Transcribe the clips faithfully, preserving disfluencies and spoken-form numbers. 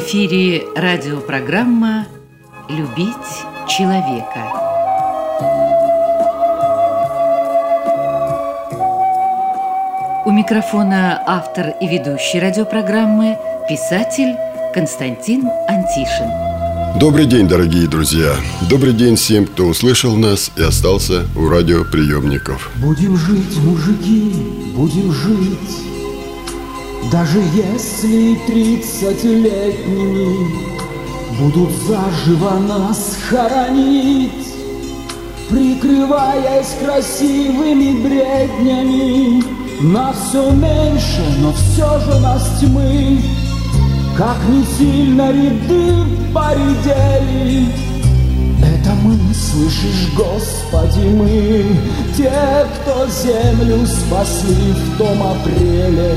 эфире радиопрограмма «Любить человека». У микрофона автор и ведущий радиопрограммы писатель Константин Антишин. Добрый день, дорогие друзья! Добрый день всем, кто услышал нас и остался у радиоприемников. Будем жить, мужики, будем жить, даже если тридцатилетними будут заживо нас хоронить, прикрываясь красивыми бреднями. Нас все меньше, но все же нас тьмы, как не сильно ряды поредели. Это мы, слышишь, Господи, мы, те, кто землю спасли в том апреле.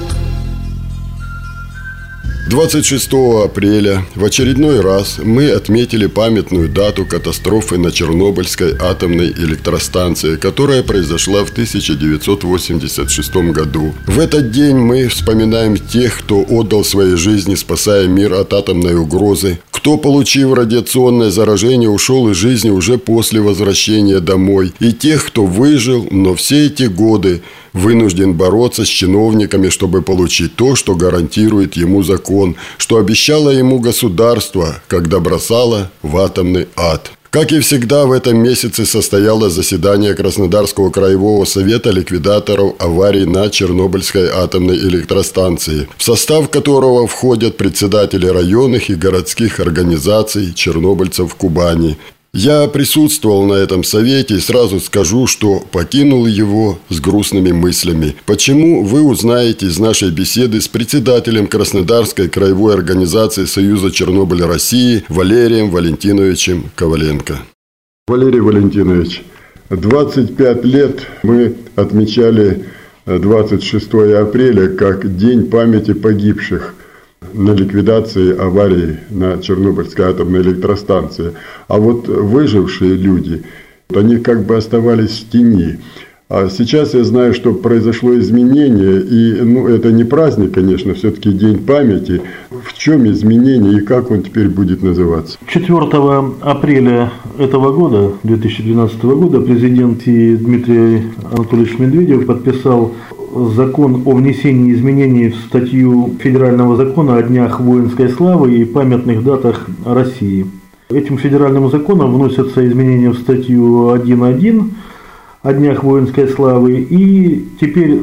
двадцать шестого апреля в очередной раз мы отметили памятную дату катастрофы на Чернобыльской атомной электростанции, которая произошла в тысяча девятьсот восемьдесят шестом году. В этот день мы вспоминаем тех, кто отдал свои жизни, спасая мир от атомной угрозы, кто, получив радиационное заражение, ушел из жизни уже после возвращения домой, и тех, кто выжил, но все эти годы вынужден бороться с чиновниками, чтобы получить то, что гарантирует ему закон, что обещало ему государство, когда бросало в атомный ад. Как и всегда, в этом месяце состоялось заседание Краснодарского краевого совета ликвидаторов аварий на Чернобыльской атомной электростанции, в состав которого входят председатели районных и городских организаций чернобыльцев Кубани. Я присутствовал на этом совете и сразу скажу, что покинул его с грустными мыслями. Почему, вы узнаете из нашей беседы с председателем Краснодарской краевой организации Союза Чернобыль России Валерием Валентиновичем Коваленко. Валерий Валентинович, двадцать пять лет мы отмечали двадцать шестого апреля как День памяти погибших на ликвидации аварии на Чернобыльской атомной электростанции. А вот выжившие люди, они как бы оставались в тени. А сейчас я знаю, что произошло изменение, и ну, это не праздник, конечно, все-таки День памяти. В чем изменение и как он теперь будет называться? четвёртого апреля этого года, две тысячи двенадцатого года, президент Дмитрий Анатольевич Медведев подписал закон о внесении изменений в статью Федерального закона о днях воинской славы и памятных датах России. Этим федеральным законом вносятся изменения в статью один точка один о днях воинской славы, и теперь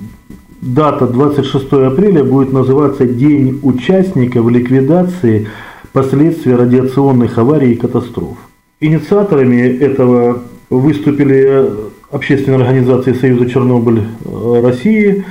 дата двадцать шестого апреля будет называться День участников ликвидации последствий радиационных аварий и катастроф. Инициаторами этого выступили Общественной организации Союза Чернобыль России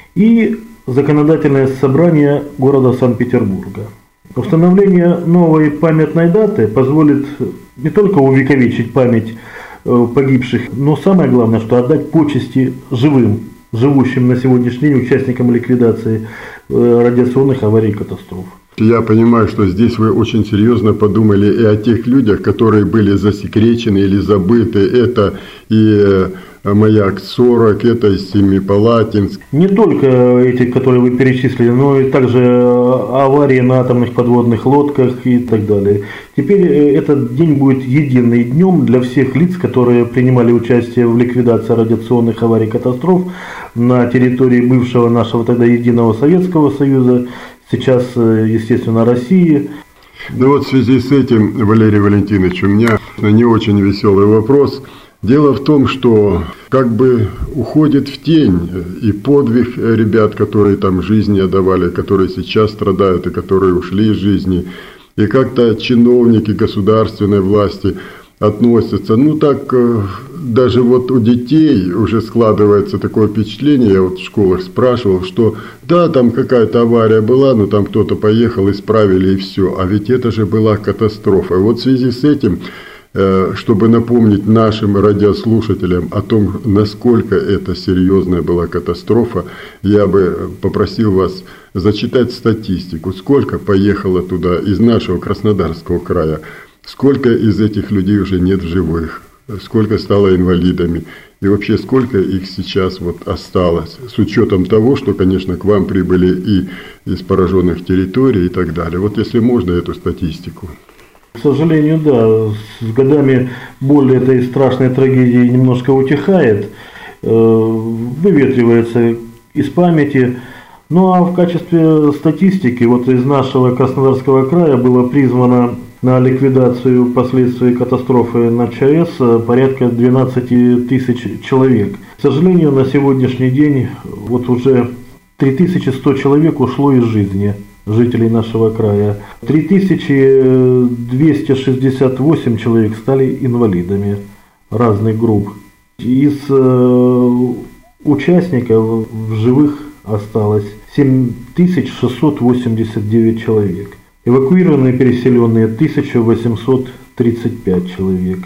и Законодательное собрание города Санкт-Петербурга. Установление новой памятной даты позволит не только увековечить память погибших, но самое главное, что отдать почести живым, живущим на сегодняшний день участникам ликвидации радиационных аварий и катастроф. Я понимаю, что здесь вы очень серьезно подумали и о тех людях, которые были засекречены или забыты. Это и Маяк сорок, это и Семипалатинск. Не только эти, которые вы перечислили, но и также аварии на атомных подводных лодках и так далее. Теперь этот день будет единым днем для всех лиц, которые принимали участие в ликвидации радиационных аварий и катастроф на территории бывшего нашего тогда единого Советского Союза, сейчас, естественно, России. Ну вот в связи с этим, Валерий Валентинович, у меня не очень веселый вопрос. Дело в том, что как бы уходит в тень и подвиг ребят, которые там жизни отдавали, которые сейчас страдают и которые ушли из жизни. И как-то чиновники государственной власти относятся, ну так, даже вот у детей уже складывается такое впечатление, я вот в школах спрашивал, что да, там какая-то авария была, но там кто-то поехал, исправили и все, а ведь это же была катастрофа. И вот в связи с этим, чтобы напомнить нашим радиослушателям о том, насколько это серьезная была катастрофа, я бы попросил вас зачитать статистику, сколько поехало туда из нашего Краснодарского края, сколько из этих людей уже нет в живых, сколько стало инвалидами. И вообще, сколько их сейчас вот осталось, с учетом того, что, конечно, к вам прибыли и из пораженных территорий и так далее. Вот если можно эту статистику. К сожалению, да, с годами боль этой страшной трагедии немножко утихает, выветривается из памяти. Ну а в качестве статистики вот из нашего Краснодарского края было призвано на ликвидацию последствий катастрофы на ЧАЭС порядка двенадцати тысяч человек. К сожалению, на сегодняшний день вот уже три тысячи сто человек ушло из жизни жителей нашего края. три тысячи двести шестьдесят восемь человек стали инвалидами разных групп. Из э, участников в живых осталось семь тысяч шестьсот восемьдесят девять человек. Эвакуированные, переселенные тысяча восемьсот тридцать пять человек.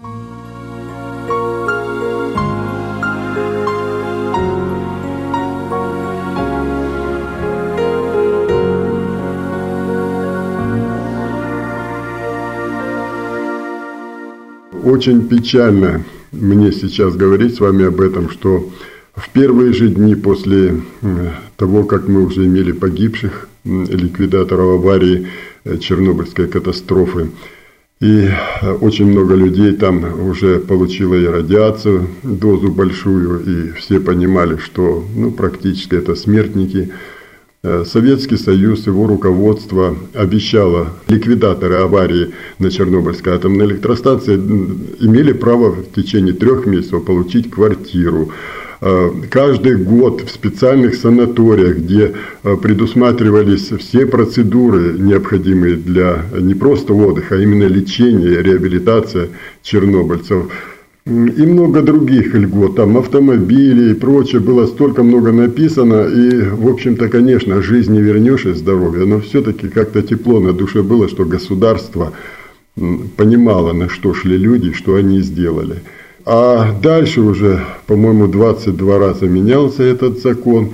Очень печально мне сейчас говорить с вами об этом, что в первые же дни после того, как мы уже имели погибших, ликвидаторов аварии Чернобыльской катастрофы, и очень много людей там уже получило и радиацию, дозу большую, и все понимали, что ну, практически это смертники. Советский Союз, его руководство обещало, ликвидаторы аварии на Чернобыльской атомной электростанции имели право в течение трех месяцев получить квартиру. Каждый год в специальных санаториях, где предусматривались все процедуры, необходимые для не просто отдыха, а именно лечения, реабилитация чернобыльцев, и много других льгот, там автомобили и прочее, было столько много написано, и, в общем-то, конечно, жизнь не вернешь и здоровье, но все-таки как-то тепло на душе было, что государство понимало, на что шли люди, что они сделали. А дальше уже, по-моему, двадцать два раза менялся этот закон,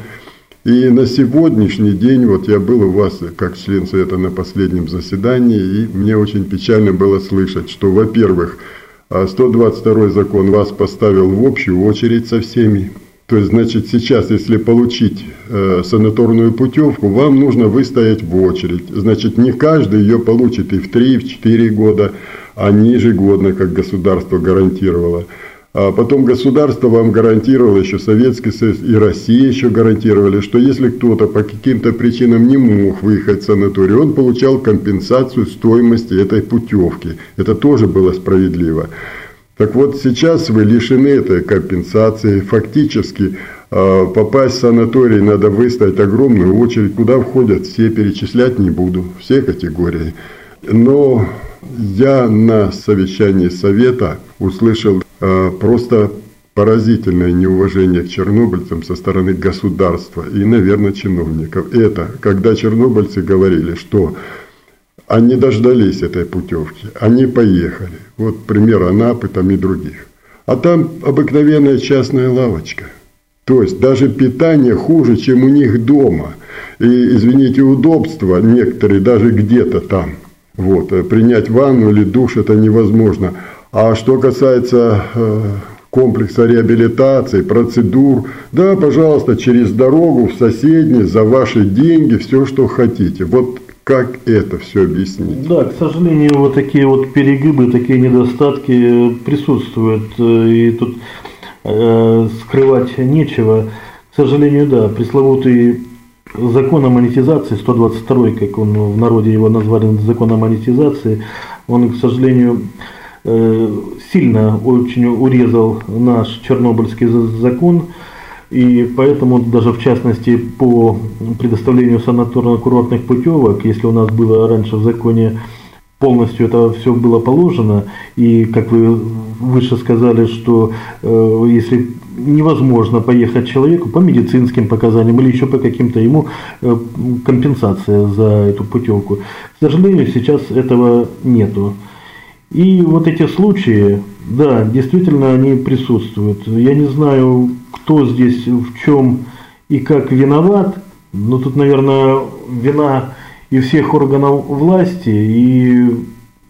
и на сегодняшний день, вот я был у вас как член Совета на последнем заседании, и мне очень печально было слышать, что, во-первых, сто двадцать второй закон вас поставил в общую очередь со всеми. То есть, значит, сейчас, если получить э, санаторную путевку, вам нужно выстоять в очередь. Значит, не каждый ее получит и в три, и в четыре года, а не ежегодно, как государство гарантировало. А потом государство вам гарантировало, еще Советский Союз и Россия еще гарантировали, что если кто-то по каким-то причинам не мог выехать в санаторий, он получал компенсацию стоимости этой путевки. Это тоже было справедливо. Так вот, сейчас вы лишены этой компенсации. Фактически попасть в санаторий надо выстоять огромную очередь, куда входят все, перечислять не буду, все категории. Но я на совещании Совета услышал э, просто поразительное неуважение к чернобыльцам со стороны государства и, наверное, чиновников. Это когда чернобыльцы говорили, что они дождались этой путевки, они поехали. Вот пример Анапы там и других. А там обыкновенная частная лавочка. То есть даже питание хуже, чем у них дома. И, извините, удобства некоторые даже где-то там. Вот, принять ванну или душ это невозможно. А что касается э, комплекса реабилитации, процедур, да, пожалуйста, через дорогу в соседний, за ваши деньги, все, что хотите. Вот как это все объяснить? Да, к сожалению, вот такие вот перегибы, такие недостатки присутствуют. И тут э, скрывать нечего. К сожалению, да, пресловутый закон о монетизации, сто двадцать второй, как он в народе его назвали, закон о монетизации, он, к сожалению, сильно очень урезал наш чернобыльский закон, и поэтому даже в частности по предоставлению санаторно-курортных путевок, если у нас было раньше в законе полностью это все было положено, и как вы выше сказали, что э, если невозможно поехать человеку по медицинским показаниям или еще по каким-то ему э, компенсация за эту путевку. К сожалению, сейчас этого нету. И вот эти случаи, да, действительно они присутствуют. Я не знаю, кто здесь в чем и как виноват, но тут, наверное, вина и всех органов власти, и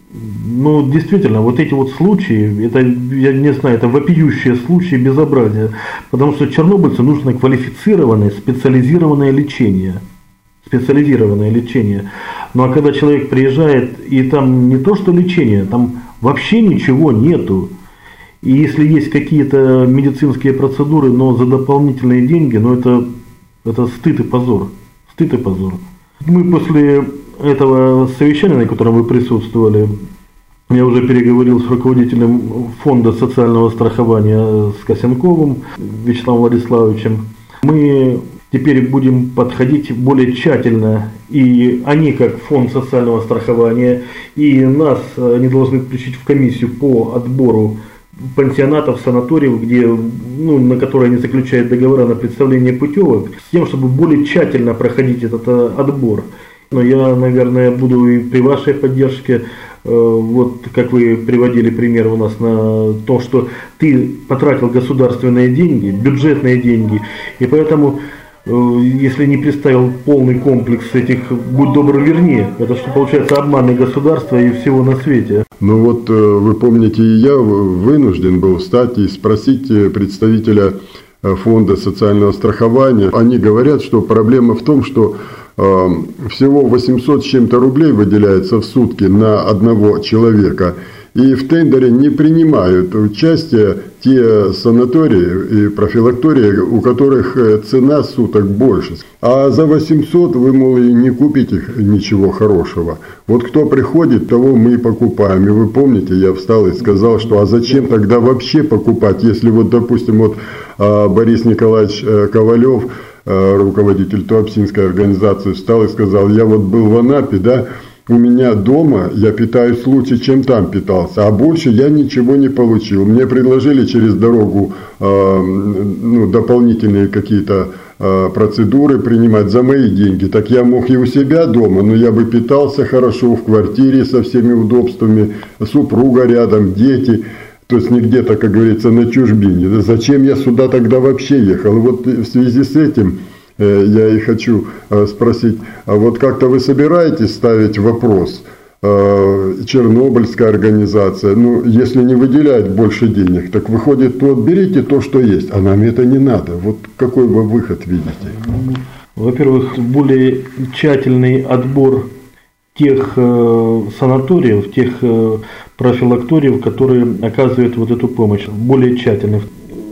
Ну, действительно, вот эти вот случаи, это, я не знаю, это вопиющие случаи безобразия, потому что чернобыльцу нужно квалифицированное, специализированное лечение. Специализированное лечение. Ну, а когда человек приезжает, и там не то что лечение, там вообще ничего нету. И если есть какие-то медицинские процедуры, но за дополнительные деньги, ну, это, это стыд и позор. Стыд и позор. Мы после этого совещания, на котором вы присутствовали, я уже переговорил с руководителем фонда социального страхования с Косенковым Вячеславом Владиславовичем. Мы теперь будем подходить более тщательно, и они, как фонд социального страхования, и нас они должны включить в комиссию по отбору пансионатов, санаториев, где, ну, на которые они заключают договора на представление путевок, с тем, чтобы более тщательно проходить этот отбор. Но я, наверное, буду и при вашей поддержке, вот как вы приводили пример у нас на то, что ты потратил государственные деньги, бюджетные деньги, и поэтому, если не представил полный комплекс этих «будь добр, верни», это что получается обманы государства и всего на свете. Ну вот вы помните, и я вынужден был встать и спросить представителя фонда социального страхования. Они говорят, что проблема в том, что всего восемьсот с чем-то рублей выделяется в сутки на одного человека. И в тендере не принимают участие те санатории и профилактории, у которых цена суток больше. А за восемьсот вы, мол, и не купите ничего хорошего. Вот кто приходит, того мы и покупаем. И вы помните, я встал и сказал, что а зачем тогда вообще покупать, если вот, допустим, вот Борис Николаевич Ковалев, руководитель Туапсинской организации, встал и сказал, я вот был в Анапе, да, у меня дома я питаюсь лучше, чем там питался, а больше я ничего не получил. Мне предложили через дорогу э, ну, дополнительные какие-то э, процедуры принимать за мои деньги. Так я мог и у себя дома, но я бы питался хорошо в квартире со всеми удобствами, супруга рядом, дети. То есть не где-то, как говорится, на чужбине. Да зачем я сюда тогда вообще ехал? Вот в связи с этим я и хочу спросить, а вот как-то вы собираетесь ставить вопрос, Чернобыльская организация, ну, если не выделяет больше денег, так выходит, то берите то, что есть, а нам это не надо. Вот какой вы выход видите? Во-первых, более тщательный отбор тех э, санаториев, тех э, профилакториев, которые оказывают вот эту помощь, более тщательный.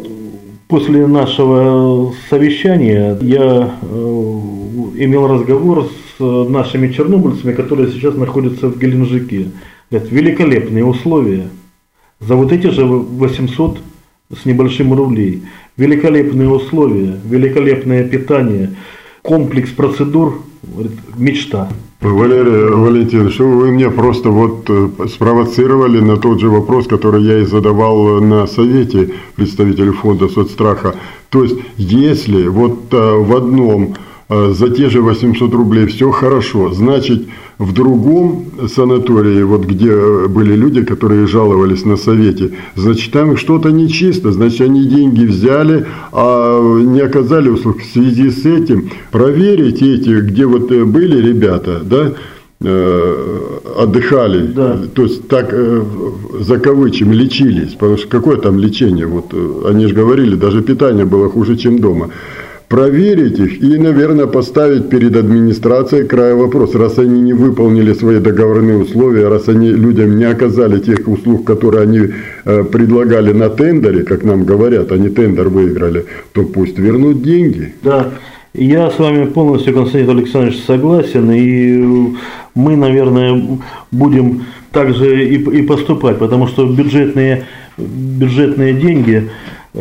После нашего совещания я э, имел разговор с нашими чернобыльцами, которые сейчас находятся в Геленджике. Говорят, великолепные условия за вот эти же восемьсот с небольшим рублей. Великолепные условия, великолепное питание, комплекс процедур, говорит, мечта. Валерий Валентинович, вы меня просто вот спровоцировали на тот же вопрос, который я и задавал на совете представителей фонда соцстраха. То есть, если вот в одном за те же восемьсот рублей все хорошо, значит, в другом санатории, вот где были люди, которые жаловались на совете, значит, там что-то нечисто, значит, они деньги взяли, а не оказали услуг. В связи с этим проверить эти, где вот были ребята, да, отдыхали, да. То есть так за кавычем лечились, потому что какое там лечение, вот они же говорили, даже питание было хуже, чем дома. Проверить их и, наверное, поставить перед администрацией края вопрос, раз они не выполнили свои договорные условия, раз они людям не оказали тех услуг, которые они э, предлагали на тендере, как нам говорят, они тендер выиграли, то пусть вернут деньги. Да, я с вами полностью, Константин Александрович, согласен, и мы, наверное, будем также и, и поступать, потому что бюджетные, бюджетные деньги, э,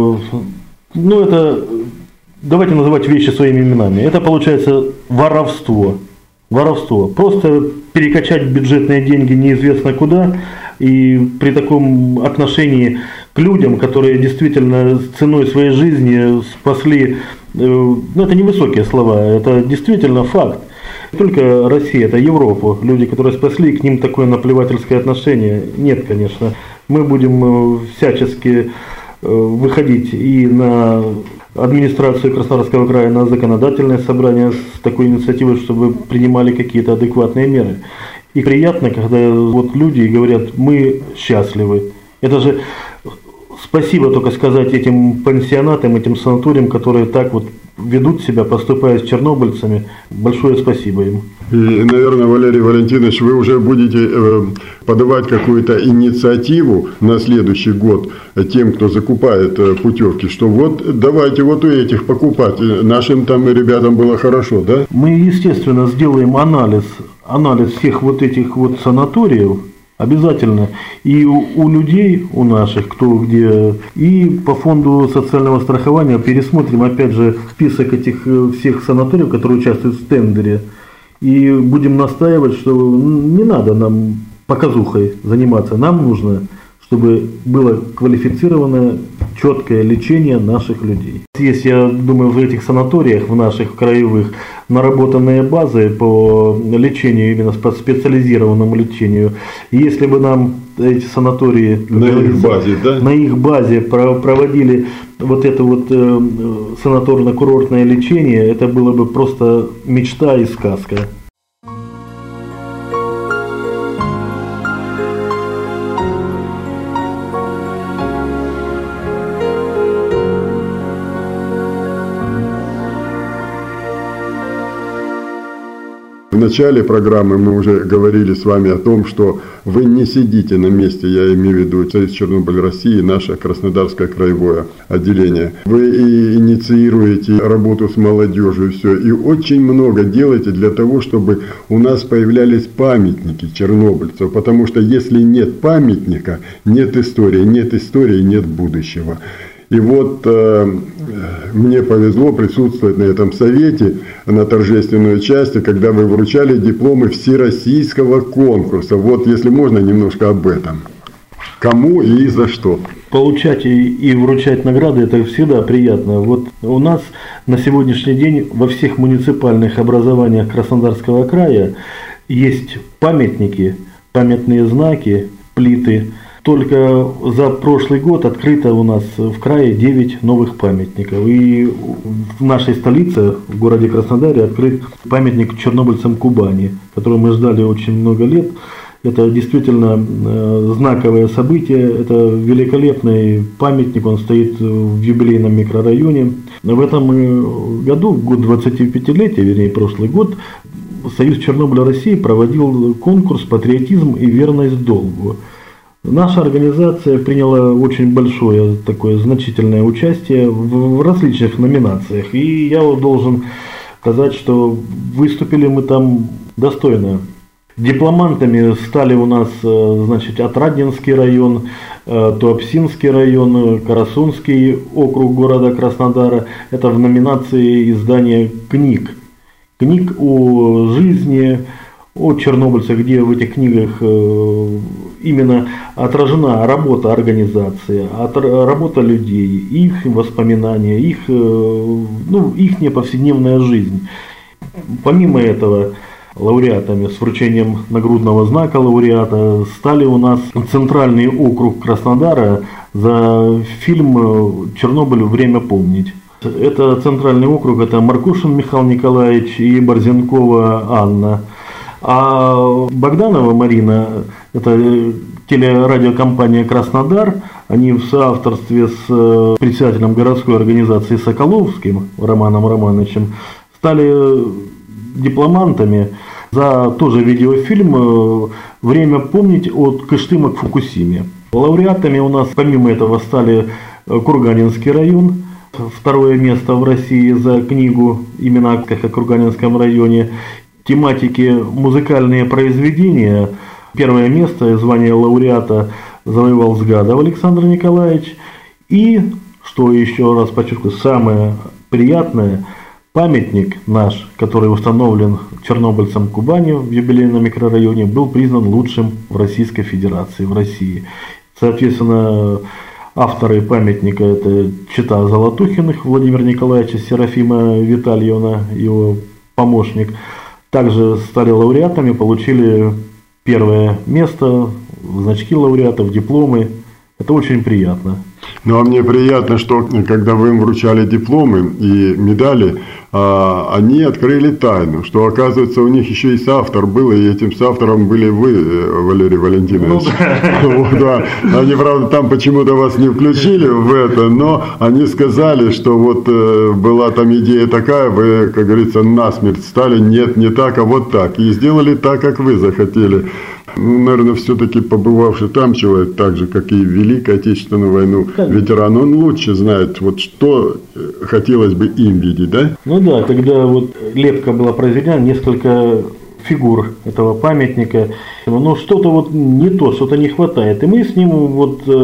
ну это... Давайте называть вещи своими именами. Это получается воровство. Воровство. Просто перекачать бюджетные деньги неизвестно куда. И при таком отношении к людям, которые действительно ценой своей жизни спасли, ну это не высокие слова, это действительно факт. Не только Россия, это Европа. Люди, которые спасли, к ним такое наплевательское отношение. Нет, конечно. Мы будем всячески выходить и на администрацию Краснодарского края, на законодательное собрание с такой инициативой, чтобы принимали какие-то адекватные меры. И приятно, когда вот люди говорят, мы счастливы. Это же спасибо только сказать этим пансионатам, этим санаториям, которые так вот ведут себя, поступая с чернобыльцами. Большое спасибо им. И, наверное, Валерий Валентинович, вы уже будете э, подавать какую-то инициативу на следующий год тем, кто закупает э, путевки, что вот давайте вот у этих покупать. Нашим там ребятам было хорошо, да? Мы, естественно, сделаем анализ, анализ всех вот этих вот санаториев. Обязательно. И у, у людей, у наших, кто где, и по фонду социального страхования пересмотрим, опять же, список этих всех санаториев, которые участвуют в тендере. И будем настаивать, что не надо нам показухой заниматься. Нам нужно, чтобы было квалифицированное, четкое лечение наших людей. Есть, я думаю, в этих санаториях, в наших краевых, наработанные базы по лечению, именно по специализированному лечению. И если бы нам эти санатории на их базе, да? на их базе проводили вот это вот э, санаторно-курортное лечение, это было бы просто мечта и сказка. В начале программы мы уже говорили с вами о том, что вы не сидите на месте, я имею в виду Союз Чернобыль России, наше Краснодарское краевое отделение. Вы и инициируете работу с молодежью, все, и очень много делаете для того, чтобы у нас появлялись памятники чернобыльцев, потому что если нет памятника, нет истории, нет истории, нет будущего. И вот э, мне повезло присутствовать на этом совете, на торжественной части, когда вы вручали дипломы всероссийского конкурса. Вот, если можно, немножко об этом. Кому и за что? Получать и, и вручать награды – это всегда приятно. Вот у нас на сегодняшний день во всех муниципальных образованиях Краснодарского края есть памятники, памятные знаки, плиты. Только за прошлый год открыто у нас в крае девять новых памятников. И в нашей столице, в городе Краснодаре, открыт памятник чернобыльцам Кубани, который мы ждали очень много лет. Это действительно знаковое событие, это великолепный памятник, он стоит в юбилейном микрорайоне. В этом году, в год двадцатипятилетия, вернее прошлый год, Союз Чернобыля России проводил конкурс «Патриотизм и верность долгу». Наша организация приняла очень большое, такое значительное участие в различных номинациях. И я должен сказать, что выступили мы там достойно. Дипломантами стали у нас, значит, Отрадненский район, Туапсинский район, Карасунский округ города Краснодара. Это в номинации издания книг. Книг о жизни, о чернобыльцах, где в этих книгах именно отражена работа организации, работа людей, их воспоминания, их, ну, их повседневная жизнь. Помимо этого, лауреатами с вручением нагрудного знака лауреата стали у нас Центральный округ Краснодара за фильм «Чернобыль. Время помнить». Это Центральный округ, это Маркушин Михаил Николаевич и Борзенкова Анна. А Богданова Марина, это телерадиокомпания «Краснодар», они в соавторстве с председателем городской организации Соколовским Романом Романовичем стали дипломантами за тоже видеофильм «Время помнить» от Кыштыма к Фукусиме. Лауреатами у нас помимо этого стали Курганинский район, второе место в России за книгу именно о Курганинском районе. Тематики музыкальные произведения. Первое место, звание лауреата завоевал Сгадов Александр Николаевич. И, что еще раз подчеркну, самое приятное, памятник наш, который установлен чернобыльцам Кубани в юбилейном микрорайоне, был признан лучшим в Российской Федерации, в России. Соответственно, авторы памятника – это чета Золотухиных, Владимир Николаевич, Серафима Витальевна, его помощник. Также стали лауреатами, получили первое место, значки лауреатов, дипломы. Это очень приятно. Ну, а мне приятно, что когда вы им вручали дипломы и медали, а, они открыли тайну, что, оказывается, у них еще и соавтор был, и этим соавтором были вы, Валерий Валентинович. Ну, да. Да. Они, правда, там почему-то вас не включили в это, но они сказали, что вот э, была там идея такая, вы, как говорится, насмерть стали, нет, не так, а вот так. И сделали так, как вы захотели. Ну, наверное, все-таки побывавший там человек, так же, как и в Великую Отечественную войну, ветеран, он лучше знает, вот что хотелось бы им видеть, да? Ну да, когда вот лепка была произведена, несколько фигур этого памятника, но что-то вот не то, что-то не хватает. И мы с ним вот э,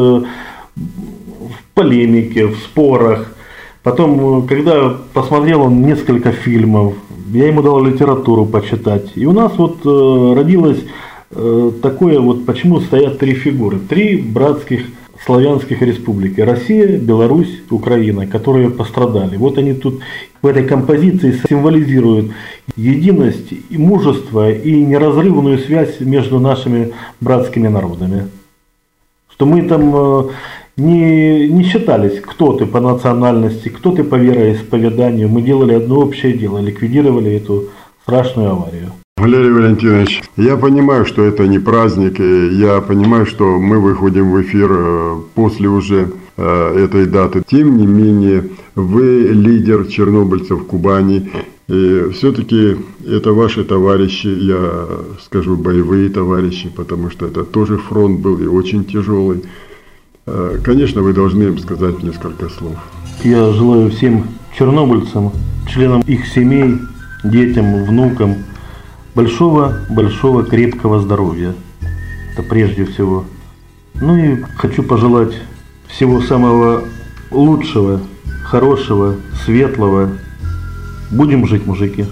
в полемике, в спорах. Потом, когда посмотрел он несколько фильмов, я ему дал литературу почитать. И у нас вот э, родилось э, такое вот, почему стоят три фигуры. Три братских славянских республики. Россия, Беларусь, Украина, которые пострадали. Вот они тут в этой композиции символизируют единость и мужество и неразрывную связь между нашими братскими народами. Что мы там не, не считались, кто ты по национальности, кто ты по вероисповеданию. Мы делали одно общее дело, ликвидировали эту страшную аварию. Валерий Валентинович, я понимаю, что это не праздник, и я понимаю, что мы выходим в эфир после уже этой даты. Тем не менее, вы лидер чернобыльцев Кубани, и все-таки это ваши товарищи, я скажу боевые товарищи, потому что это тоже фронт был и очень тяжелый. Конечно, вы должны им сказать несколько слов. Я желаю всем чернобыльцам, членам их семей, детям, внукам, большого-большого крепкого здоровья. Это прежде всего. Ну и хочу пожелать всего самого лучшего, хорошего, светлого. Будем жить, мужики.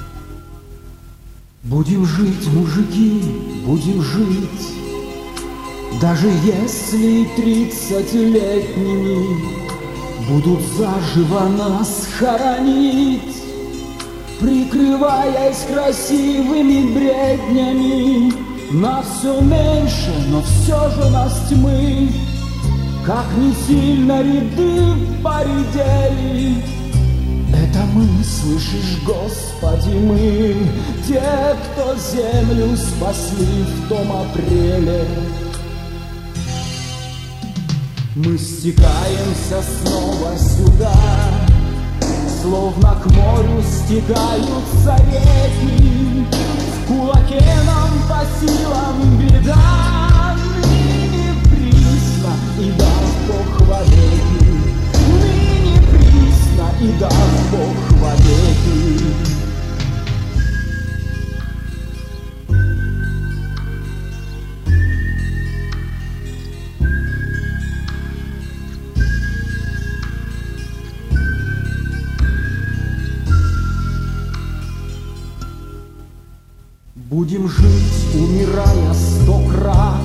Будем жить, мужики, будем жить. Даже если тридцатилетними будут заживо нас хоронить, прикрываясь красивыми бреднями, нас все меньше, но все же нас тьмы. Как не сильно ряды поредели, это мы, слышишь, Господи, мы, те, кто землю спасли в том апреле. Мы стекаемся снова сюда, словно к морю стекаются реки. В кулаке нам по силам беда, ныне присно и даст Бог вовеки. Ныне присно и даст Бог вовеки. Будем жить, умирая сто крат,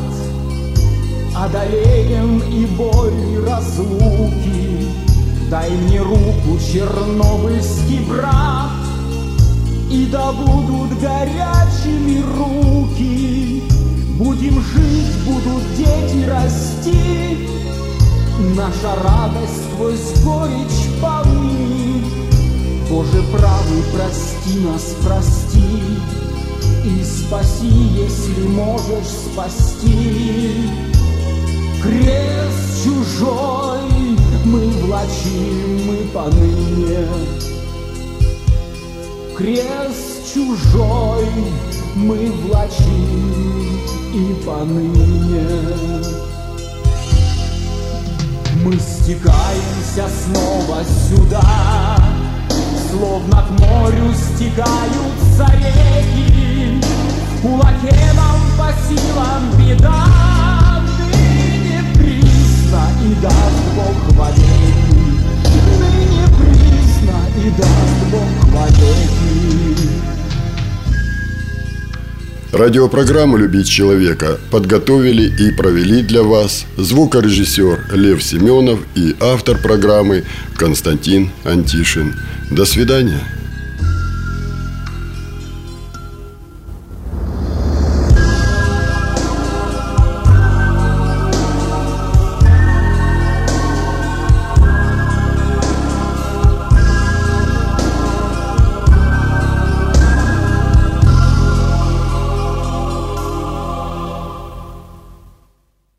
одолеем и боль, и разлуки. Дай мне руку, чернобыльский брат, и да будут горячими руки. Будем жить, будут дети расти, наша радость сквозь горечь полны. Боже правый, прости нас, прости, и спаси, если можешь спасти. Крест чужой мы влачим, мы поныне. Крест чужой мы влачим и поныне. Мы стекаемся снова сюда, словно к морю стекаются реки. В кулаке нам по силам беда, ныне присно и даст Бог вовеки. Ныне присно и даст Бог вовеки. Радиопрограмму «Любить человека» подготовили и провели для вас звукорежиссер Лев Семенов и автор программы Константин Антишин. До свидания.